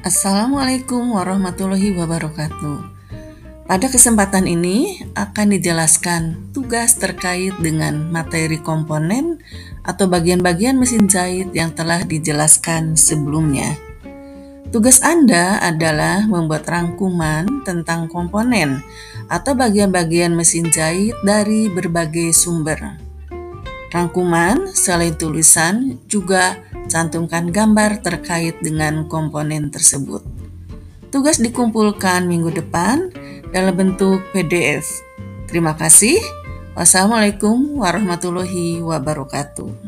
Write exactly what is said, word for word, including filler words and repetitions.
Assalamualaikum warahmatullahi wabarakatuh. Pada kesempatan ini akan dijelaskan tugas terkait dengan materi komponen atau bagian-bagian mesin jahit yang telah dijelaskan sebelumnya. Tugas Anda adalah membuat rangkuman tentang komponen atau bagian-bagian mesin jahit dari berbagai sumber. Rangkuman selain tulisan juga cantumkan gambar terkait dengan komponen tersebut. Tugas dikumpulkan minggu depan dalam bentuk P D F. Terima kasih. Wassalamualaikum warahmatullahi wabarakatuh.